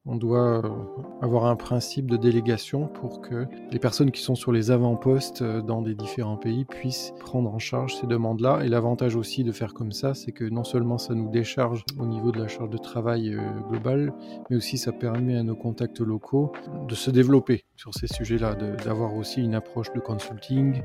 On doit avoir un principe de délégation pour que les personnes qui sont sur les avant-postes dans des différents pays puissent prendre en charge ces demandes-là. Et l'avantage aussi de faire comme ça, c'est que non seulement ça nous décharge au niveau de la charge de travail globale, mais aussi ça permet à nos contacts locaux de se développer sur ces sujets-là, d'avoir aussi une approche de consulting.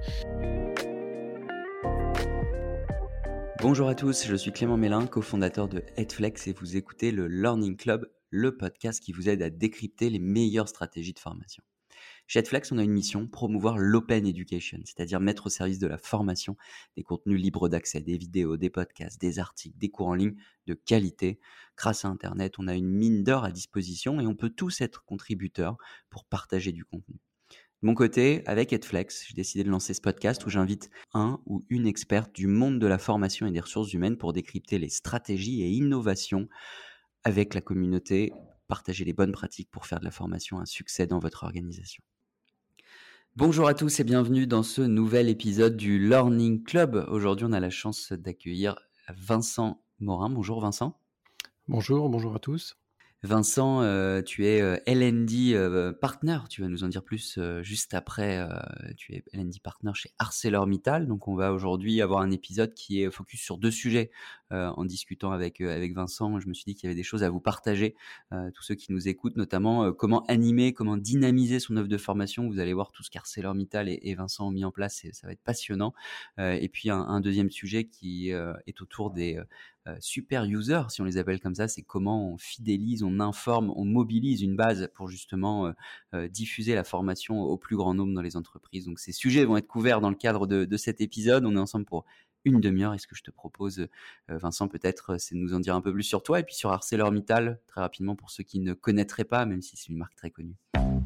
Bonjour à tous, je suis Clément Mélin, cofondateur de Headflex et vous écoutez le Learning Club, le podcast qui vous aide à décrypter les meilleures stratégies de formation. Chez Headflex, on a une mission, promouvoir l'open education, c'est-à-dire mettre au service de la formation des contenus libres d'accès, des vidéos, des podcasts, des articles, des cours en ligne de qualité. Grâce à Internet, on a une mine d'or à disposition et on peut tous être contributeurs pour partager du contenu. De mon côté, avec Headflex, j'ai décidé de lancer ce podcast où j'invite un ou une experte du monde de la formation et des ressources humaines pour décrypter les stratégies et innovations avec la communauté, partager les bonnes pratiques pour faire de la formation un succès dans votre organisation. Bonjour à tous et bienvenue dans ce nouvel épisode du Learning Club. Aujourd'hui, on a la chance d'accueillir Vincent Morin. Bonjour Vincent. Bonjour à tous. Vincent, tu es L&D partner, tu vas nous en dire plus juste après. Tu es L&D partner chez ArcelorMittal, donc on va aujourd'hui avoir un épisode qui est focus sur deux sujets. En discutant avec Vincent, je me suis dit qu'il y avait des choses à vous partager, tous ceux qui nous écoutent, notamment comment animer, comment dynamiser son offre de formation. Vous allez voir tout ce qu'ArcelorMittal et Vincent ont mis en place, et ça va être passionnant. Et puis un deuxième sujet qui est autour des super users, si on les appelle comme ça, c'est comment on fidélise, on informe, on mobilise une base pour justement diffuser la formation au plus grand nombre dans les entreprises. Donc ces sujets vont être couverts dans le cadre de cet épisode. On est ensemble pour une demi-heure. Et ce que je te propose, Vincent, peut-être, c'est de nous en dire un peu plus sur toi et puis sur ArcelorMittal, très rapidement pour ceux qui ne connaîtraient pas, même si c'est une marque très connue.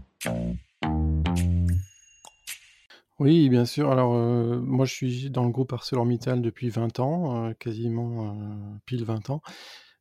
Oui, bien sûr. Alors, moi, je suis dans le groupe ArcelorMittal depuis 20 ans, quasiment pile 20 ans.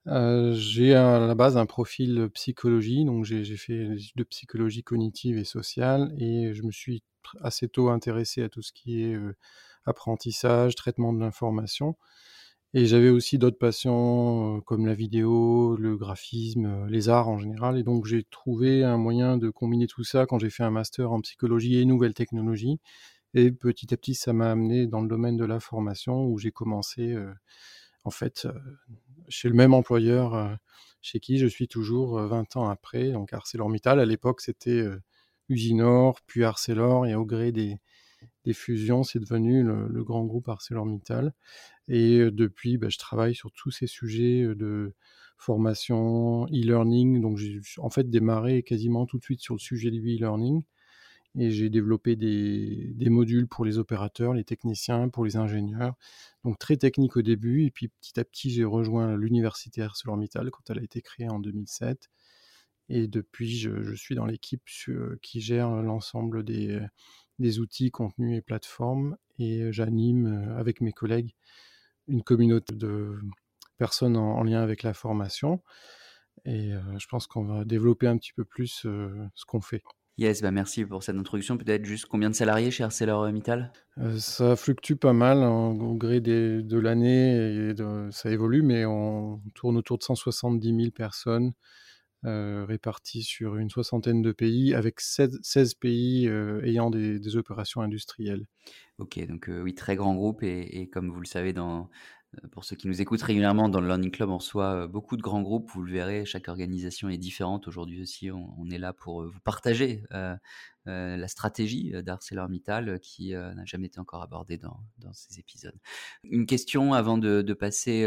J'ai à la base un profil psychologie, donc j'ai fait des études de psychologie cognitive et sociale et je me suis assez tôt intéressé à tout ce qui est apprentissage, traitement de l'information. Et j'avais aussi d'autres passions comme la vidéo, le graphisme, les arts en général. Et donc j'ai trouvé un moyen de combiner tout ça quand j'ai fait un master en psychologie et nouvelles technologies. Et petit à petit, ça m'a amené dans le domaine de la formation où j'ai commencé en fait chez le même employeur chez qui je suis toujours 20 ans après, donc ArcelorMittal. À l'époque, c'était Usinor, puis Arcelor, et au gré des fusions, c'est devenu le grand groupe ArcelorMittal. Et depuis, je travaille sur tous ces sujets de formation, e-learning. Donc j'ai en fait démarré quasiment tout de suite sur le sujet du e-learning. Et j'ai développé des modules pour les opérateurs, les techniciens, pour les ingénieurs. Donc très technique au début. Et puis petit à petit, j'ai rejoint l'université ArcelorMittal quand elle a été créée en 2007. Et depuis, je suis dans l'équipe qui gère l'ensemble des outils, contenus et plateformes. Et j'anime avec mes collègues une communauté de personnes en lien avec la formation. Et je pense qu'on va développer un petit peu plus ce qu'on fait. Yes, merci pour cette introduction. Peut-être juste combien de salariés chez ArcelorMittal ? Ça fluctue pas mal au gré de l'année, et ça évolue, mais on tourne autour de 170 000 personnes réparties sur une soixantaine de pays, avec 16 pays ayant des opérations industrielles. Ok, donc oui, très grand groupe et comme vous le savez, pour ceux qui nous écoutent régulièrement dans le Learning Club, on reçoit beaucoup de grands groupes. Vous le verrez, chaque organisation est différente. Aujourd'hui aussi, on est là pour vous partager la stratégie d'ArcelorMittal qui n'a jamais été encore abordée dans ces épisodes. Une question avant de passer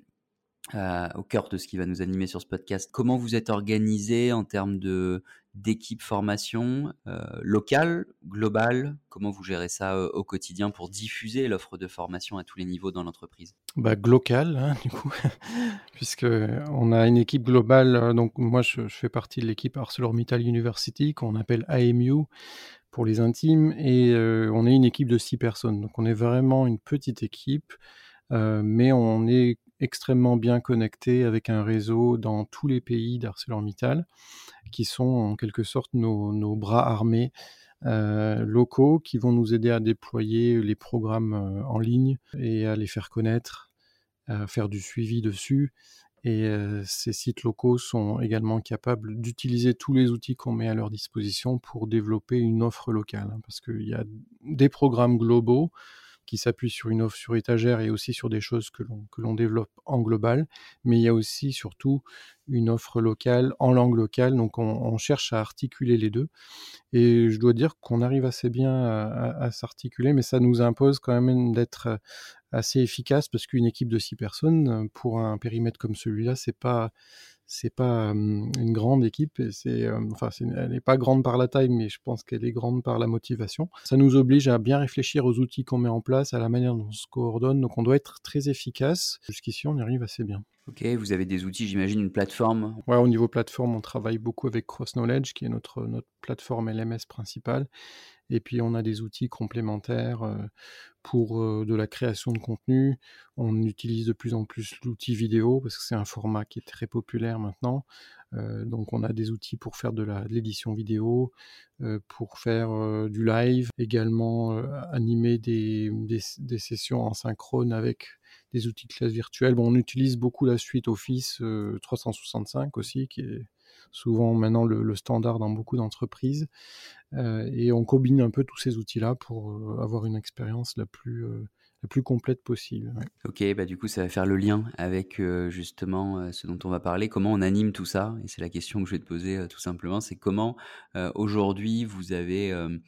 au cœur de ce qui va nous animer sur ce podcast. Comment vous êtes organisé en termes d'équipe formation locale, globale? Comment vous gérez ça au quotidien pour diffuser l'offre de formation à tous les niveaux dans l'entreprise? Glocal, hein, du coup, puisque on a une équipe globale. Donc moi, je fais partie de l'équipe ArcelorMittal University, qu'on appelle AMU pour les intimes, et on est une équipe de 6 personnes. Donc on est vraiment une petite équipe, mais on est extrêmement bien connecté avec un réseau dans tous les pays d'ArcelorMittal, qui sont en quelque sorte nos bras armés locaux, qui vont nous aider à déployer les programmes en ligne et à les faire connaître, à faire du suivi dessus. et ces sites locaux sont également capables d'utiliser tous les outils qu'on met à leur disposition pour développer une offre locale, hein, parce qu'il y a des programmes globaux qui s'appuie sur une offre sur étagère et aussi sur des choses que l'on développe en global. Mais il y a aussi, surtout, une offre locale, en langue locale. Donc, on cherche à articuler les deux. Et je dois dire qu'on arrive assez bien à s'articuler, mais ça nous impose quand même d'être assez efficace parce qu'une équipe de 6 personnes, pour un périmètre comme celui-là, c'est pas une grande équipe et enfin, elle n'est pas grande par la taille, mais je pense qu'elle est grande par la motivation. Ça nous oblige à bien réfléchir aux outils qu'on met en place, à la manière dont on se coordonne, donc on doit être très efficace. Jusqu'ici, on y arrive assez bien. OK, vous avez des outils, j'imagine une plateforme? Ouais, au niveau plateforme, on travaille beaucoup avec Cross Knowledge, qui est notre plateforme LMS principale. Et puis on a des outils complémentaires pour de la création de contenu. On utilise de plus en plus l'outil vidéo parce que c'est un format qui est très populaire maintenant. Donc on a des outils pour faire de l'édition vidéo, pour faire du live, également animer des sessions en synchrone avec des outils de classe virtuelle. Bon, on utilise beaucoup la suite Office 365 aussi, qui est souvent maintenant le standard dans beaucoup d'entreprises. Et on combine un peu tous ces outils-là pour avoir une expérience la plus complète possible. Ouais. OK, bah, du coup, ça va faire le lien avec, justement, ce dont on va parler. Comment on anime tout ça? Et c'est la question que je vais te poser, tout simplement. C'est comment, aujourd'hui, vous avez,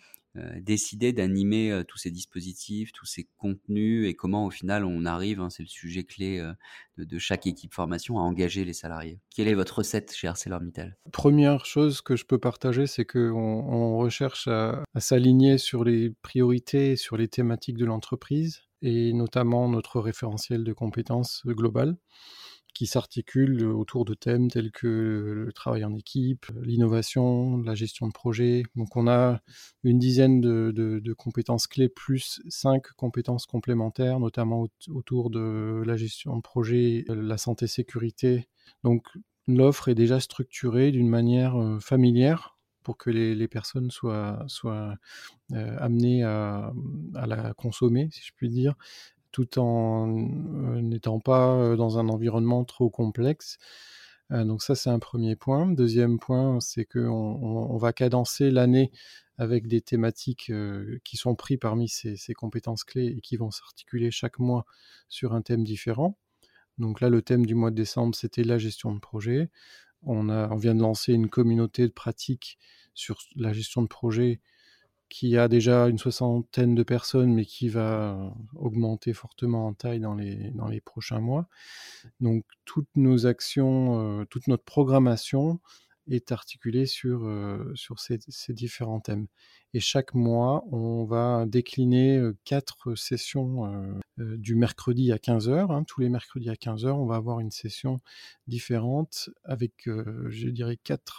décidé d'animer, tous ces dispositifs, tous ces contenus et comment, au final, on arrive, hein, c'est le sujet clé, de chaque équipe formation, à engager les salariés? Quelle est votre recette chez ArcelorMittal? Première chose que je peux partager, c'est qu'on recherche à s'aligner sur les priorités, sur les thématiques de l'entreprise et notamment notre référentiel de compétences globales, qui s'articule autour de thèmes tels que le travail en équipe, l'innovation, la gestion de projet. Donc on a une dizaine de compétences clés plus 5 compétences complémentaires, notamment autour de la gestion de projet, la santé sécurité. Donc l'offre est déjà structurée d'une manière familière pour que les personnes soient amenées à la consommer, si je puis dire, tout en n'étant pas dans un environnement trop complexe. Donc ça, c'est un premier point. Deuxième point, c'est qu'on va cadencer l'année avec des thématiques qui sont prises parmi ces compétences clés et qui vont s'articuler chaque mois sur un thème différent. Donc là, le thème du mois de décembre, c'était la gestion de projet. On vient de lancer une communauté de pratique sur la gestion de projet qui a déjà une soixantaine de personnes, mais qui va augmenter fortement en taille dans les prochains mois. Donc toutes nos actions, toute notre programmation est articulée sur ces différents thèmes. Et chaque mois, on va décliner 4 sessions du mercredi à 15h. Tous les mercredis à 15h, on va avoir une session différente avec, je dirais,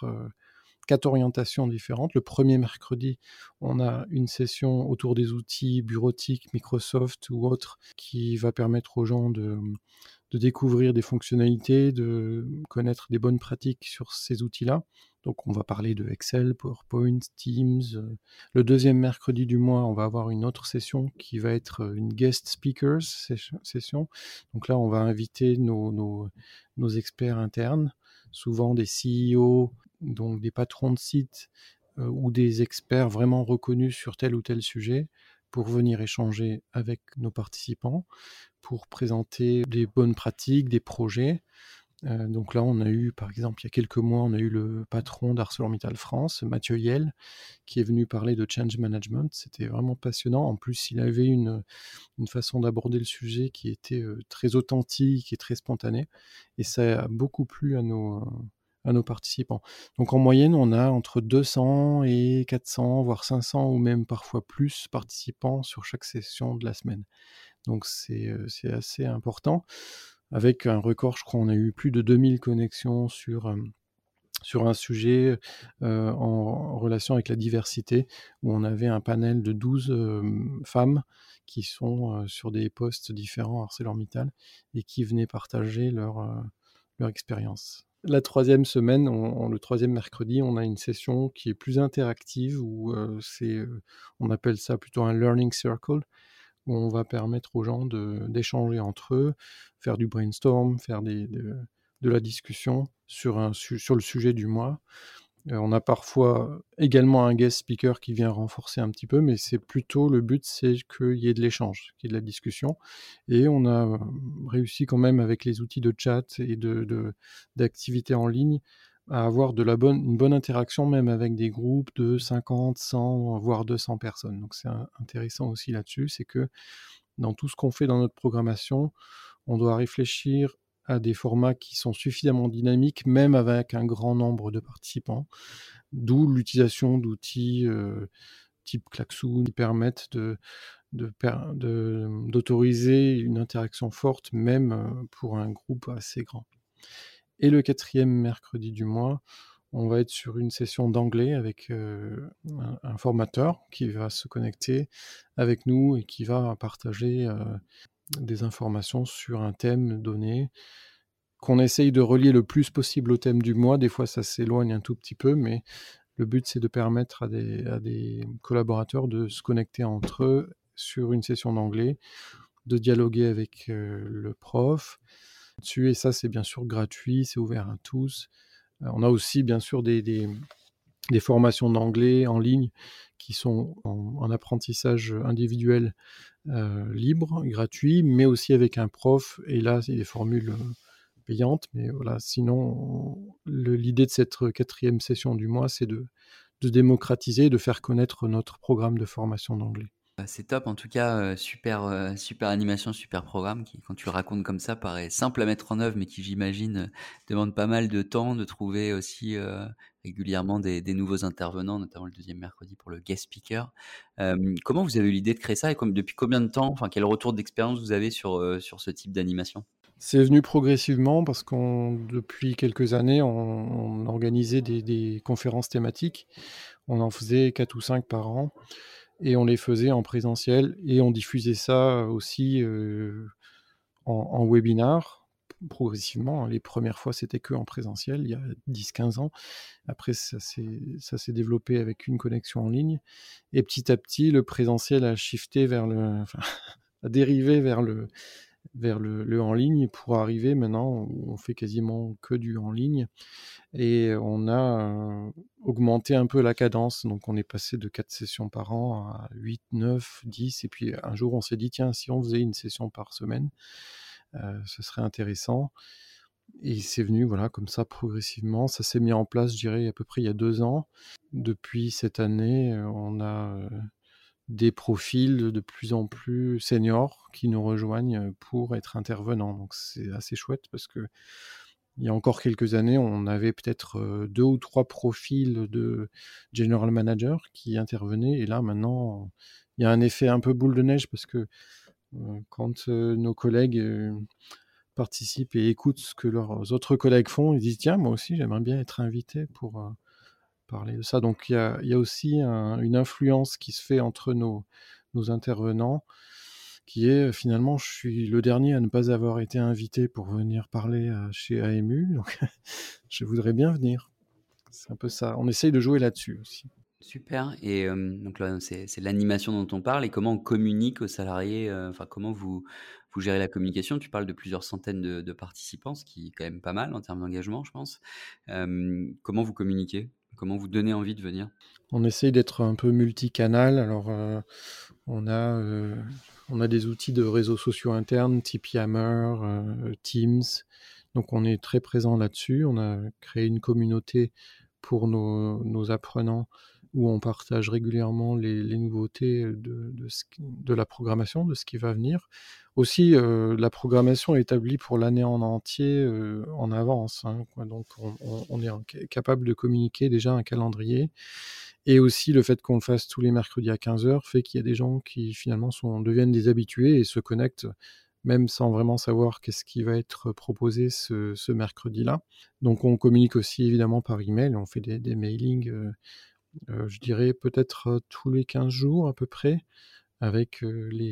4 orientations différentes. Le premier mercredi, on a une session autour des outils bureautiques, Microsoft ou autres, qui va permettre aux gens de découvrir des fonctionnalités, de connaître des bonnes pratiques sur ces outils-là. Donc on va parler de Excel, PowerPoint, Teams. Le deuxième mercredi du mois, on va avoir une autre session qui va être une guest speakers session. Donc là, on va inviter nos experts internes, souvent des CEO, donc des patrons de sites ou des experts vraiment reconnus sur tel ou tel sujet pour venir échanger avec nos participants, pour présenter des bonnes pratiques, des projets. Donc là, on a eu, par exemple, il y a quelques mois, on a eu le patron d'ArcelorMittal France, Mathieu Yel, qui est venu parler de change management. C'était vraiment passionnant. En plus, il avait une façon d'aborder le sujet qui était très authentique et très spontanée. Et ça a beaucoup plu à nos participants. Donc en moyenne, on a entre 200 et 400, voire 500 ou même parfois plus participants sur chaque session de la semaine. Donc c'est assez important. Avec un record, je crois, on a eu plus de 2000 connexions sur un sujet en relation avec la diversité, où on avait un panel de 12 femmes qui sont sur des postes différents à ArcelorMittal et qui venaient partager leur expérience. La troisième semaine, le troisième mercredi, on a une session qui est plus interactive où on appelle ça plutôt un learning circle, où on va permettre aux gens d'échanger entre eux, faire du brainstorm, faire de la discussion sur le sujet du mois. On a parfois également un guest speaker qui vient renforcer un petit peu, mais c'est plutôt le but, c'est qu'il y ait de l'échange, qu'il y ait de la discussion. Et on a réussi quand même avec les outils de chat et d'activités en ligne à avoir une bonne interaction, même avec des groupes de 50, 100, voire 200 personnes. Donc c'est intéressant aussi là-dessus, c'est que dans tout ce qu'on fait dans notre programmation, on doit réfléchir à des formats qui sont suffisamment dynamiques, même avec un grand nombre de participants, d'où l'utilisation d'outils type Klaxoon qui permettent d'autoriser une interaction forte, même pour un groupe assez grand. Et le 4e mercredi du mois, on va être sur une session d'anglais avec un formateur qui va se connecter avec nous et qui va partager des informations sur un thème donné, qu'on essaye de relier le plus possible au thème du mois. Des fois, ça s'éloigne un tout petit peu, mais le but, c'est de permettre à des collaborateurs de se connecter entre eux sur une session d'anglais, de dialoguer avec le prof dessus. Et ça, c'est bien sûr gratuit, c'est ouvert à tous. On a aussi, bien sûr, des formations d'anglais en ligne qui sont en apprentissage individuel libre, gratuit, mais aussi avec un prof. Et là, c'est des formules payantes. Mais voilà, sinon, l'idée de cette 4e session du mois, c'est de démocratiser, de faire connaître notre programme de formation d'anglais. Bah, c'est top en tout cas, super animation, super programme qui, quand tu le racontes comme ça, paraît simple à mettre en œuvre, mais qui j'imagine, demande pas mal de temps, de trouver aussi, régulièrement des nouveaux intervenants, notamment le 2e mercredi pour le guest speaker. Comment vous avez eu l'idée de créer ça et depuis combien de temps? Enfin, quel retour d'expérience vous avez sur ce type d'animation? C'est venu progressivement parce depuis quelques années, on organisait des conférences thématiques. On en faisait 4 ou 5 par an et on les faisait en présentiel et on diffusait ça aussi en webinar progressivement. Les premières fois, c'était que en présentiel, il y a 10-15 ans. Après, ça s'est développé avec une connexion en ligne. Et petit à petit, le présentiel a shifté a dérivé vers le en ligne pour arriver maintenant où on fait quasiment que du en ligne. Et on a augmenté un peu la cadence. Donc, on est passé de 4 sessions par an à 8, 9, 10. Et puis, un jour, on s'est dit, tiens, si on faisait une session par semaine, ce serait intéressant. Et c'est venu, voilà, comme ça, progressivement. Ça s'est mis en place, je dirais, à peu près il y a 2 ans. Depuis cette année, on a des profils de plus en plus seniors qui nous rejoignent pour être intervenants. Donc c'est assez chouette parce que il y a encore quelques années, on avait peut-être 2 ou 3 profils de general manager qui intervenaient. Et là, maintenant, il y a un effet un peu boule de neige parce que quand nos collègues participent et écoutent ce que leurs autres collègues font, ils disent tiens, moi aussi, j'aimerais bien être invité pour parler de ça. Donc il y a aussi une influence qui se fait entre nos intervenants, qui est finalement, je suis le dernier à ne pas avoir été invité pour venir parler chez AMU, donc je voudrais bien venir. C'est un peu ça. On essaye de jouer là-dessus aussi. Super. Et donc là, c'est l'animation dont on parle et comment on communique aux salariés, enfin comment vous gérez la communication? Tu parles de plusieurs centaines de participants, ce qui est quand même pas mal en termes d'engagement, je pense. Comment vous communiquez? Comment vous donnez envie de venir? On essaye d'être un peu multicanal. Alors, on a, euh, on a des outils de réseaux sociaux internes, type Yammer, Teams. Donc, on est très présent là-dessus. On a créé une communauté pour nos apprenants où on partage régulièrement les nouveautés de la programmation, de ce qui va venir. Aussi, la programmation est établie pour l'année en entier en avance, hein, quoi. Donc, on est capable de communiquer déjà un calendrier. Et aussi, le fait qu'on le fasse tous les mercredis à 15h fait qu'il y a des gens qui finalement deviennent des habitués et se connectent même sans vraiment savoir qu'est-ce qui va être proposé ce mercredi-là. Donc on communique aussi évidemment par email, on fait des mailings, je dirais peut-être tous les 15 jours à peu près, avec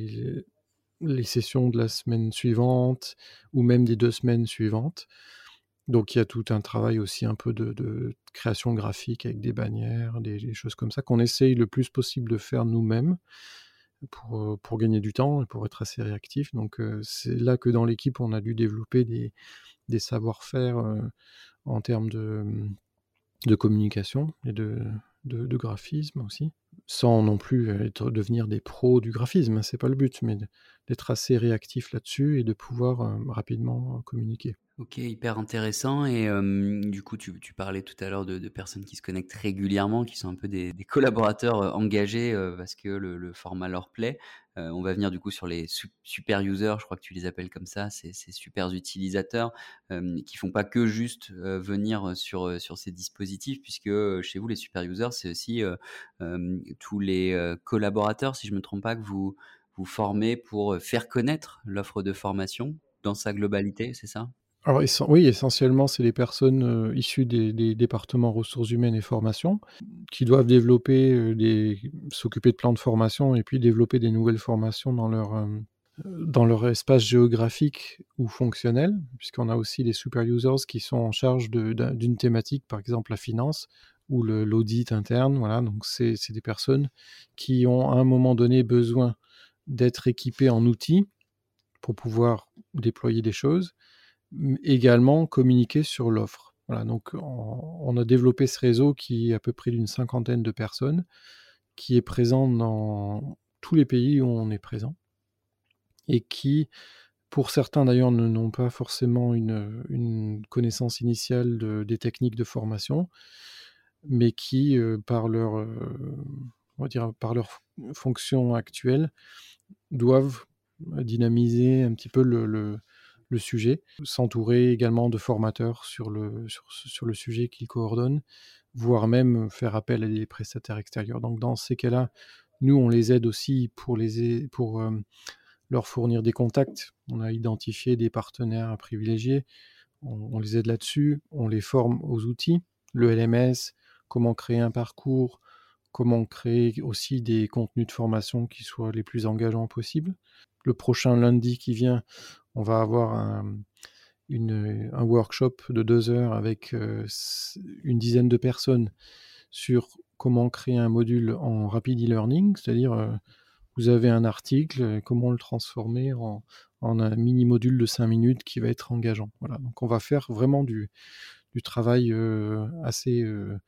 les sessions de la semaine suivante ou même des 2 semaines suivantes. Donc il y a tout un travail aussi un peu de création graphique avec des bannières, des choses comme ça qu'on essaye le plus possible de faire nous-mêmes pour gagner du temps et pour être assez réactif. Donc c'est là que dans l'équipe, on a dû développer des savoir-faire en termes de communication et de graphisme aussi, sans non plus devenir des pros du graphisme, hein, c'est pas le but, mais d'être assez réactif là-dessus et de pouvoir rapidement communiquer. OK, hyper intéressant et du coup, tu parlais tout à l'heure de personnes qui se connectent régulièrement, qui sont un peu des collaborateurs, engagés, parce que le format leur plaît. On va venir du coup sur les super users, je crois que tu les appelles comme ça, ces super utilisateurs, qui font pas que juste, venir, sur ces dispositifs puisque, chez vous, les super users, c'est aussi, tous les, collaborateurs, si je me trompe pas, que vous formez pour, faire connaître l'offre de formation dans sa globalité, c'est ça? Alors oui, essentiellement, c'est les personnes, issues des départements ressources humaines et formation, qui doivent développer, s'occuper de plans de formation et puis développer des nouvelles formations dans leur espace géographique ou fonctionnel, puisqu'on a aussi les super users qui sont en charge d'une thématique, par exemple la finance ou l'audit interne, voilà. Donc c'est des personnes qui ont, à un moment donné, besoin d'être équipées en outils pour pouvoir déployer des choses, également communiquer sur l'offre. Voilà, donc on a développé ce réseau qui est à peu près d'une cinquantaine de personnes, qui est présent dans tous les pays où on est présent et qui, pour certains d'ailleurs, n'ont pas forcément une connaissance initiale des techniques de formation, mais qui, on va dire, par leur fonction actuelle, doivent dynamiser un petit peu le sujet, s'entourer également de formateurs sur le sujet qu'ils coordonnent, voire même faire appel à des prestataires extérieurs. Donc dans ces cas-là, nous, on les aide aussi pour leur fournir des contacts. On a identifié des partenaires à privilégier, on les aide là-dessus, on les forme aux outils, le LMS, comment créer un parcours, comment créer aussi des contenus de formation qui soient les plus engageants possibles. Le prochain lundi qui vient, on va avoir un workshop de 2 heures avec une dizaine de personnes sur comment créer un module en rapid e-learning, c'est-à-dire vous avez un article, comment le transformer en un mini module de 5 minutes qui va être engageant. Voilà, donc on va faire vraiment du travail assez,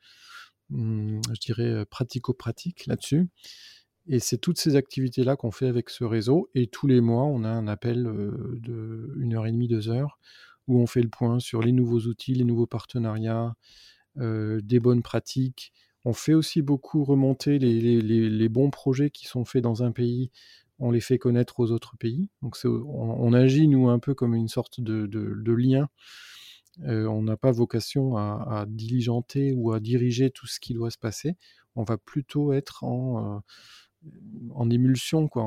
je dirais, pratico-pratique là-dessus. Et c'est toutes ces activités-là qu'on fait avec ce réseau et tous les mois, on a un appel, de 1 heure et demie, 2 heures, où on fait le point sur les nouveaux outils, les nouveaux partenariats, des bonnes pratiques. On fait aussi beaucoup remonter les bons projets qui sont faits dans un pays, on les fait connaître aux autres pays. Donc on agit nous un peu comme une sorte de lien. On n'a pas vocation à diligenter ou à diriger tout ce qui doit se passer. On va plutôt être en émulsion, quoi,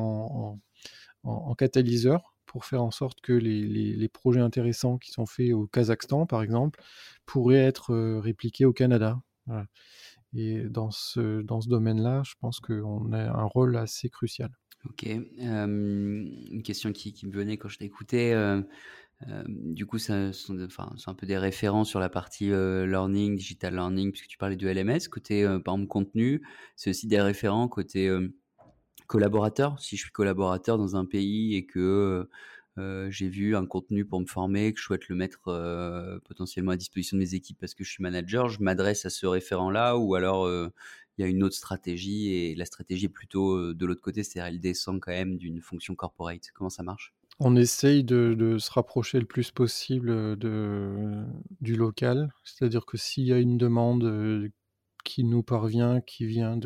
en catalyseur pour faire en sorte que les projets intéressants qui sont faits au Kazakhstan, par exemple, pourraient être répliqués au Canada. Voilà. Et dans ce domaine-là, je pense qu'on a un rôle assez crucial. OK, une question qui me venait quand je t'écoutais, du coup, ça sont enfin, c'est un peu des références sur la partie, learning, digital learning, puisque tu parlais du LMS. Côté, par exemple, contenu, c'est aussi des référents côté, collaborateur. Si je suis collaborateur dans un pays et que, j'ai vu un contenu pour me former, que je souhaite le mettre, potentiellement à disposition de mes équipes parce que je suis manager, je m'adresse à ce référent-là ou alors, il y a une autre stratégie et la stratégie est plutôt, de l'autre côté, c'est-à-dire elle descend quand même d'une fonction corporate. Comment ça marche? On essaye de se rapprocher le plus possible, du local. C'est-à-dire que s'il y a une demande, qui nous parvient, qui vient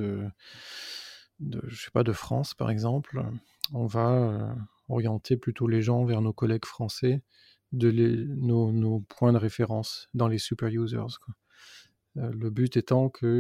je sais pas, de France, par exemple, on va, orienter plutôt les gens vers nos collègues français, nos points de référence dans les super users, quoi. Le but étant que,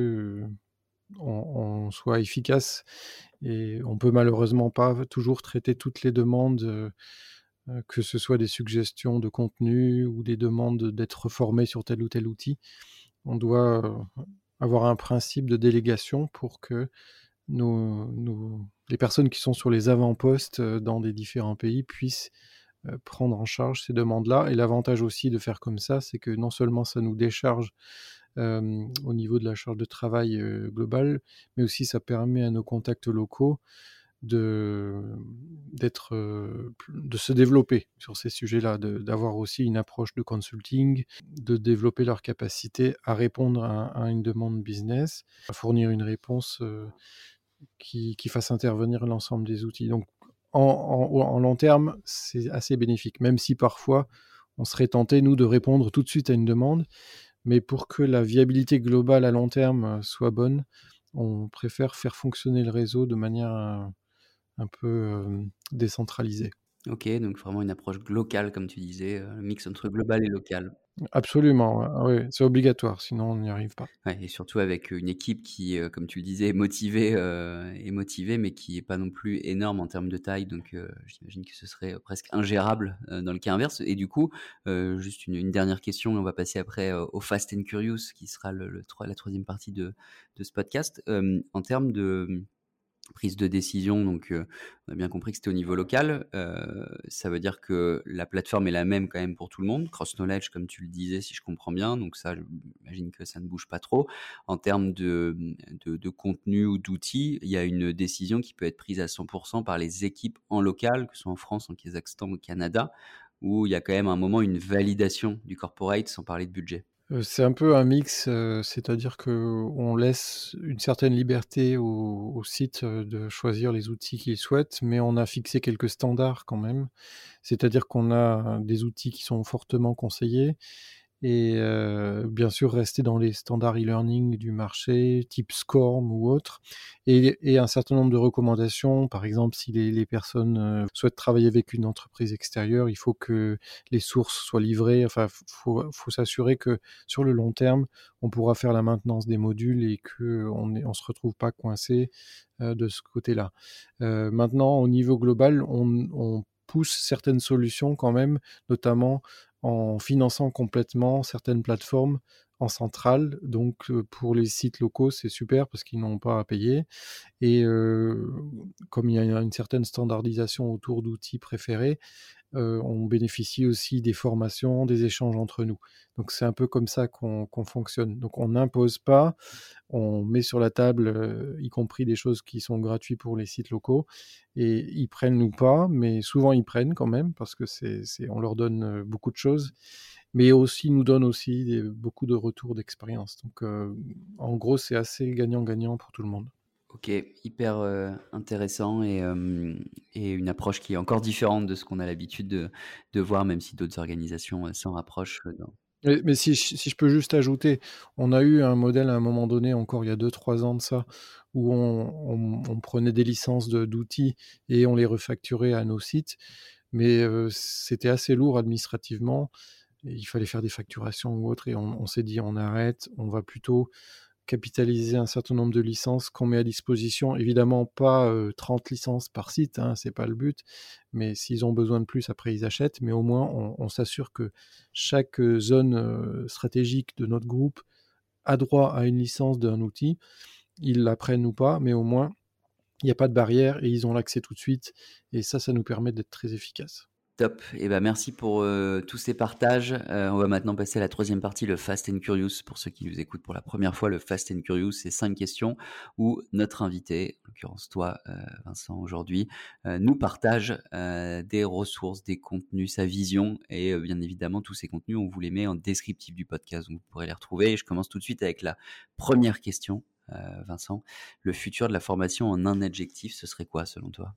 on soit efficace et on peut malheureusement pas toujours traiter toutes les demandes, que ce soit des suggestions de contenu ou des demandes d'être formé sur tel ou tel outil. On doit, avoir un principe de délégation pour que les personnes qui sont sur les avant-postes, dans des différents pays puissent, prendre en charge ces demandes-là. Et l'avantage aussi de faire comme ça, c'est que non seulement ça nous décharge, au niveau de la charge de travail, globale, mais aussi ça permet à nos contacts locaux de de se développer sur ces sujets-là, d'avoir aussi une approche de consulting, de développer leur capacité à répondre à une demande business, à fournir une réponse, qui fasse intervenir l'ensemble des outils. Donc en long terme, c'est assez bénéfique, même si parfois on serait tenté, nous, de répondre tout de suite à une demande, mais pour que la viabilité globale à long terme, soit bonne, on préfère faire fonctionner le réseau de manière, un peu, décentralisée. OK, donc vraiment une approche locale comme tu disais, un mix entre global et local. Absolument, ouais, c'est obligatoire, sinon on n'y arrive pas. Ouais et surtout avec, une équipe qui, comme tu le disais, est motivée, mais qui est pas non plus énorme en termes de taille. Donc, j'imagine que ce serait, presque ingérable, dans le cas inverse. Et du coup, juste une dernière question et on va passer après, au Fast and Curious qui sera la troisième partie de ce podcast. En termes de prise de décision, donc, on a bien compris que c'était au niveau local. Ça veut dire que la plateforme est la même quand même pour tout le monde. Cross knowledge comme tu le disais, si je comprends bien, donc ça, j'imagine que ça ne bouge pas trop. En termes de contenu ou d'outils, il y a une décision qui peut être prise à 100 par les équipes en local, que ce soit en France, en Kazakhstan, au Canada, où il y a quand même un moment une validation du corporate, sans parler de budget. C'est un peu un mix, c'est-à-dire qu'on laisse une certaine liberté au site, de choisir les outils qu'il souhaite, mais on a fixé quelques standards quand même. C'est-à-dire qu'on a des outils qui sont fortement conseillés et bien sûr rester dans les standards e-learning du marché, type SCORM ou autre, et un certain nombre de recommandations. Par exemple, si les personnes, souhaitent travailler avec une entreprise extérieure, il faut que les sources soient livrées. Enfin, faut s'assurer que sur le long terme, on pourra faire la maintenance des modules et qu'on se retrouve pas coincé, de ce côté-là. Maintenant au niveau global, on pousse certaines solutions quand même, notamment en finançant complètement certaines plateformes en centrale. Donc, pour les sites locaux, c'est super parce qu'ils n'ont pas à payer et comme il y a une certaine standardisation autour d'outils préférés, on bénéficie aussi des formations, des échanges entre nous. Donc c'est un peu comme ça qu'on fonctionne. Donc on n'impose pas, on met sur la table, y compris des choses qui sont gratuites pour les sites locaux et ils prennent ou pas, mais souvent ils prennent quand même parce que on leur donne, beaucoup de choses, mais aussi ils nous donnent aussi beaucoup de retours d'expérience. Donc, en gros, c'est assez gagnant-gagnant pour tout le monde. OK, hyper, intéressant et une approche qui est encore différente de ce qu'on a l'habitude de voir, même si d'autres organisations, s'en rapprochent, dans Mais si je peux juste ajouter, on a eu un modèle à un moment donné, encore il y a 2-3 ans de ça, où on prenait des licences d'outils et on les refacturait à nos sites, mais c'était assez lourd administrativement et il fallait faire des facturations ou autre et on s'est dit: «On arrête, on va plutôt capitaliser un certain nombre de licences qu'on met à disposition». Évidemment pas, 30 licences par site, hein, c'est pas le but, mais s'ils ont besoin de plus, après ils achètent, mais au moins on s'assure que chaque, zone, stratégique de notre groupe a droit à une licence d'un outil. Ils la prennent ou pas, mais au moins il y a pas de barrière et ils ont l'accès tout de suite et ça nous permet d'être très efficaces. top et ben merci pour, tous ces partages. On va maintenant passer à la troisième partie, le Fast and Curious. Pour ceux qui nous écoutent pour la première fois, le Fast and Curious, c'est 5 questions où notre invité, en l'occurrence toi, Vincent, aujourd'hui, nous partage, des ressources, des contenus, sa vision et bien évidemment tous ces contenus, on vous les met en descriptif du podcast, donc vous pourrez les retrouver. Et je commence tout de suite avec la première question, Vincent. Le futur de la formation en un adjectif, ce serait quoi selon toi?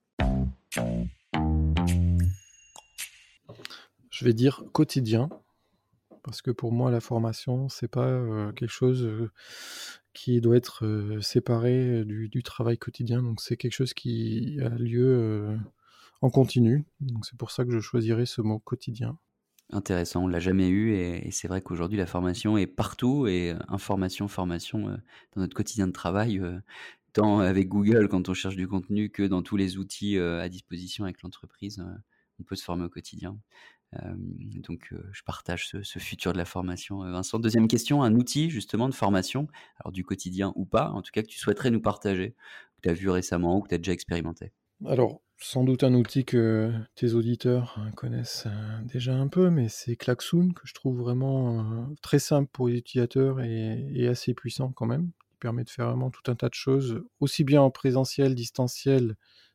Je vais dire quotidien. Parce que pour moi, la formation, c'est pas, quelque chose, qui doit être, séparé, du travail quotidien. Donc c'est quelque chose qui a lieu, en continu. Donc c'est pour ça que je choisirais ce mot quotidien. Intéressant, on l'a jamais eu et c'est vrai qu'aujourd'hui la formation est partout et information, formation, dans notre quotidien de travail, tant avec Google quand on cherche du contenu que dans tous les outils, à disposition avec l'entreprise, on peut se former au quotidien. Donc je partage ce futur de la formation, Vincent. Deuxième question, un outil justement de formation, alors du quotidien ou pas, en tout cas que tu souhaiterais nous partager, que tu as vu récemment ou que tu as déjà expérimenté? Alors, sans doute un outil que tes auditeurs, connaissent, déjà un peu, mais c'est Klaxoon que je trouve vraiment, très simple pour les utilisateurs et assez puissant quand même. Il permet de faire vraiment tout un tas de choses, aussi bien en présentiel, distanciel,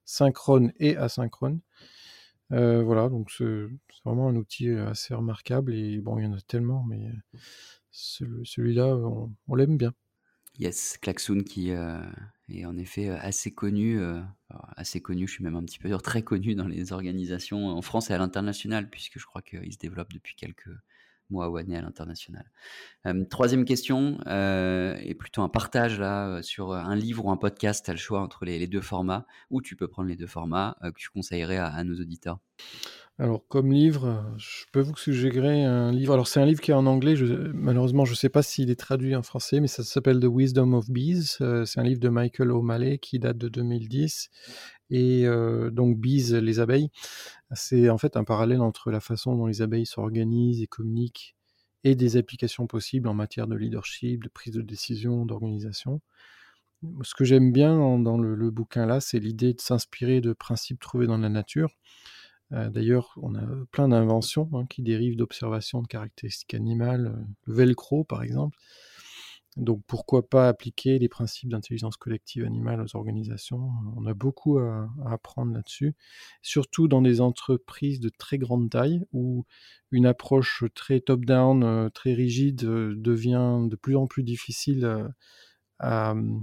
synchrone et asynchrone. Voilà, donc c'est vraiment un outil assez remarquable et bon, il y en a tellement, mais celui-là, on l'aime bien. Yes, Klaxoon qui, est en effet, assez connu, alors assez connu, je suis même un petit peu dur, très connu dans les organisations en France et à l'international puisque je crois qu'il se développe depuis quelques mois ou années à l'international. 3e question, et plutôt un partage là, sur, un livre ou un podcast. Tu as le choix entre les 2 formats ou tu peux prendre les 2 formats, que tu conseillerais à nos auditeurs. Alors comme livre, je peux vous suggérer un livre. Alors c'est un livre qui est en anglais, malheureusement je ne sais pas s'il est traduit en français, mais ça s'appelle The Wisdom of Bees. C'est un livre de Michael O'Malley qui date de 2010 et donc Bees, les abeilles. C'est en fait un parallèle entre la façon dont les abeilles s'organisent et communiquent et des applications possibles en matière de leadership, de prise de décision, d'organisation. Ce que j'aime bien dans le bouquin là, c'est l'idée de s'inspirer de principes trouvés dans la nature. D'ailleurs, on a plein d'inventions, hein, qui dérivent d'observations de caractéristiques animales, le velcro par exemple. Donc pourquoi pas appliquer les principes d'intelligence collective animale aux organisations? On a beaucoup à apprendre là-dessus, surtout dans des entreprises de très grande taille où une approche très top-down, très rigide, devient de plus en plus difficile, à, mmh,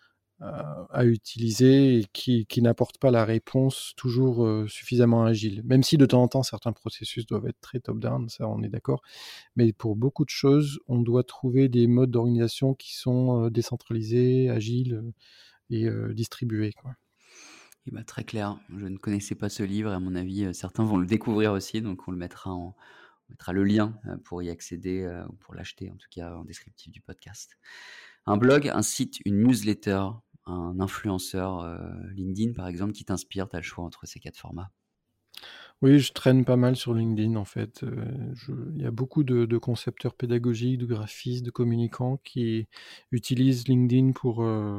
à utiliser et qui n'apporte pas la réponse toujours suffisamment agile. Même si de temps en temps certains processus doivent être très top-down, ça on est d'accord, mais pour beaucoup de choses, on doit trouver des modes d'organisation qui sont décentralisés, agiles et distribués, quoi. Et bah, très clair. Je ne connaissais pas ce livre et à mon avis, certains vont le découvrir aussi, donc on mettra le lien, pour y accéder, ou pour l'acheter en tout cas en descriptif du podcast. Un blog, un site, une newsletter, un influenceur, LinkedIn par exemple qui t'inspire, tu as le choix entre ces 4 formats. Oui, je traîne pas mal sur LinkedIn en fait, il y a beaucoup de concepteurs pédagogiques, de graphistes, de communicants qui utilisent LinkedIn pour,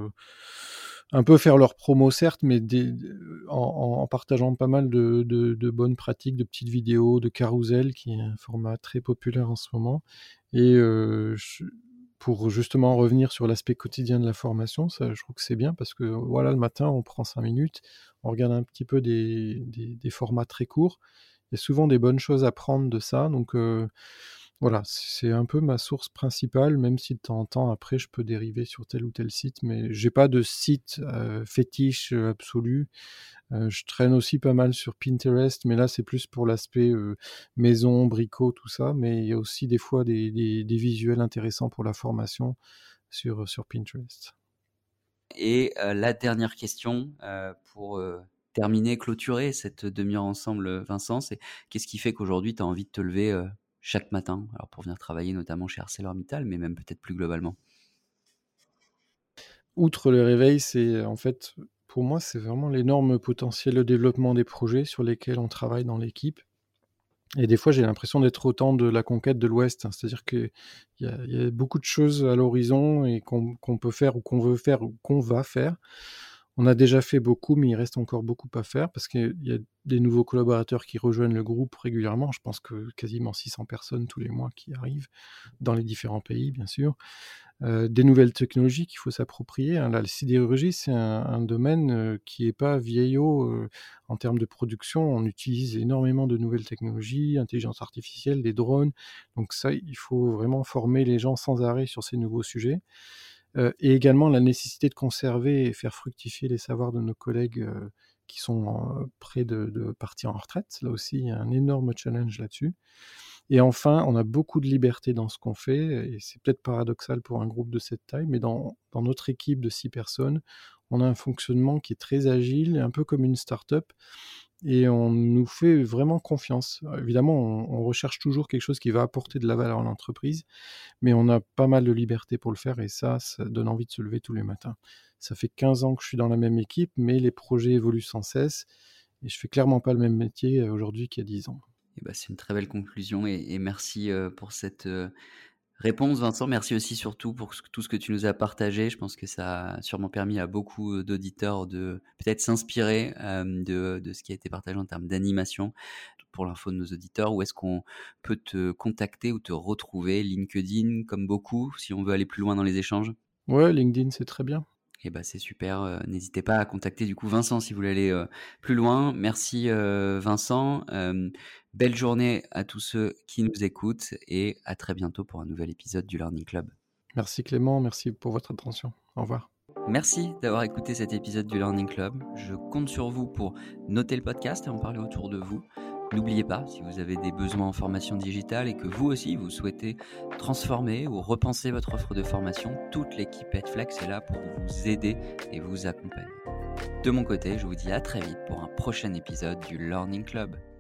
un peu faire leur promo certes, mais en partageant pas mal de bonnes pratiques, de petites vidéos, de carrousel qui est un format très populaire en ce moment et pour justement revenir sur l'aspect quotidien de la formation, ça je trouve que c'est bien parce que voilà, le matin, on prend 5 minutes, on regarde un petit peu des formats très courts. Il y a souvent des bonnes choses à prendre de ça, donc voilà, c'est un peu ma source principale, même si de temps en temps, après, je peux dériver sur tel ou tel site, mais j'ai pas de site, fétiche, absolu. Je traîne aussi pas mal sur Pinterest, mais là, c'est plus pour l'aspect, maison, brico, tout ça, mais il y a aussi des fois des visuels intéressants pour la formation sur Pinterest. Et la dernière question, pour, terminer, clôturer cette demi-heure ensemble, Vincent, c'est qu'est-ce qui fait qu'aujourd'hui tu as envie de te lever, chaque matin? Alors pour venir travailler notamment chez ArcelorMittal, mais même peut-être plus globalement? Outre le réveil, c'est en fait, pour moi, c'est vraiment l'énorme potentiel de développement des projets sur lesquels on travaille dans l'équipe et des fois, j'ai l'impression d'être au temps de la conquête de l'Ouest, hein. C'est-à-dire qu'il y a beaucoup de choses à l'horizon et qu'on peut faire ou qu'on veut faire ou qu'on va faire. On a déjà fait beaucoup, mais il reste encore beaucoup à faire parce qu'il y a des nouveaux collaborateurs qui rejoignent le groupe régulièrement. Je pense que quasiment 600 personnes tous les mois qui arrivent dans les différents pays, bien sûr. Des nouvelles technologies qu'il faut s'approprier, hein. La sidérurgie, c'est un domaine, qui est pas vieillot, en termes de production. On utilise énormément de nouvelles technologies, intelligence artificielle, des drones. Donc ça, il faut vraiment former les gens sans arrêt sur ces nouveaux sujets. Et également la nécessité de conserver et faire fructifier les savoirs de nos collègues, qui sont, près de partir en retraite. Là aussi, il y a un énorme challenge là-dessus. Et enfin, on a beaucoup de liberté dans ce qu'on fait et c'est peut-être paradoxal pour un groupe de cette taille, mais dans notre équipe de 6 personnes, on a un fonctionnement qui est très agile, un peu comme une start-up et on nous fait vraiment confiance. Évidemment, on recherche toujours quelque chose qui va apporter de la valeur à l'entreprise, mais on a pas mal de liberté pour le faire et ça donne envie de se lever tous les matins. Ça fait 15 ans que je suis dans la même équipe, mais les projets évoluent sans cesse et je fais clairement pas le même métier, aujourd'hui qu'il y a 10 ans. Et bah, c'est une très belle conclusion et merci, pour cette, réponse Vincent. Merci aussi surtout pour tout ce que tu nous as partagé. Je pense que ça a sûrement permis à beaucoup, d'auditeurs de peut-être s'inspirer, de ce qui a été partagé en termes d'animation. Pour l'info de nos auditeurs, où est-ce qu'on peut te contacter ou te retrouver? LinkedIn comme beaucoup, si on veut aller plus loin dans les échanges? Ouais, LinkedIn, c'est très bien. Et bah, c'est super, n'hésitez pas à contacter du coup Vincent si vous voulez aller, plus loin. Merci, Vincent, belle journée à tous ceux qui nous écoutent et à très bientôt pour un nouvel épisode du Learning Club. Merci Clément, merci pour votre attention. Au revoir. Merci d'avoir écouté cet épisode du Learning Club. Je compte sur vous pour noter le podcast et en parler autour de vous. N'oubliez pas, si vous avez des besoins en formation digitale et que vous aussi vous souhaitez transformer ou repenser votre offre de formation, toute l'équipe Edflex est là pour vous aider et vous accompagner. De mon côté, je vous dis à très vite pour un prochain épisode du Learning Club.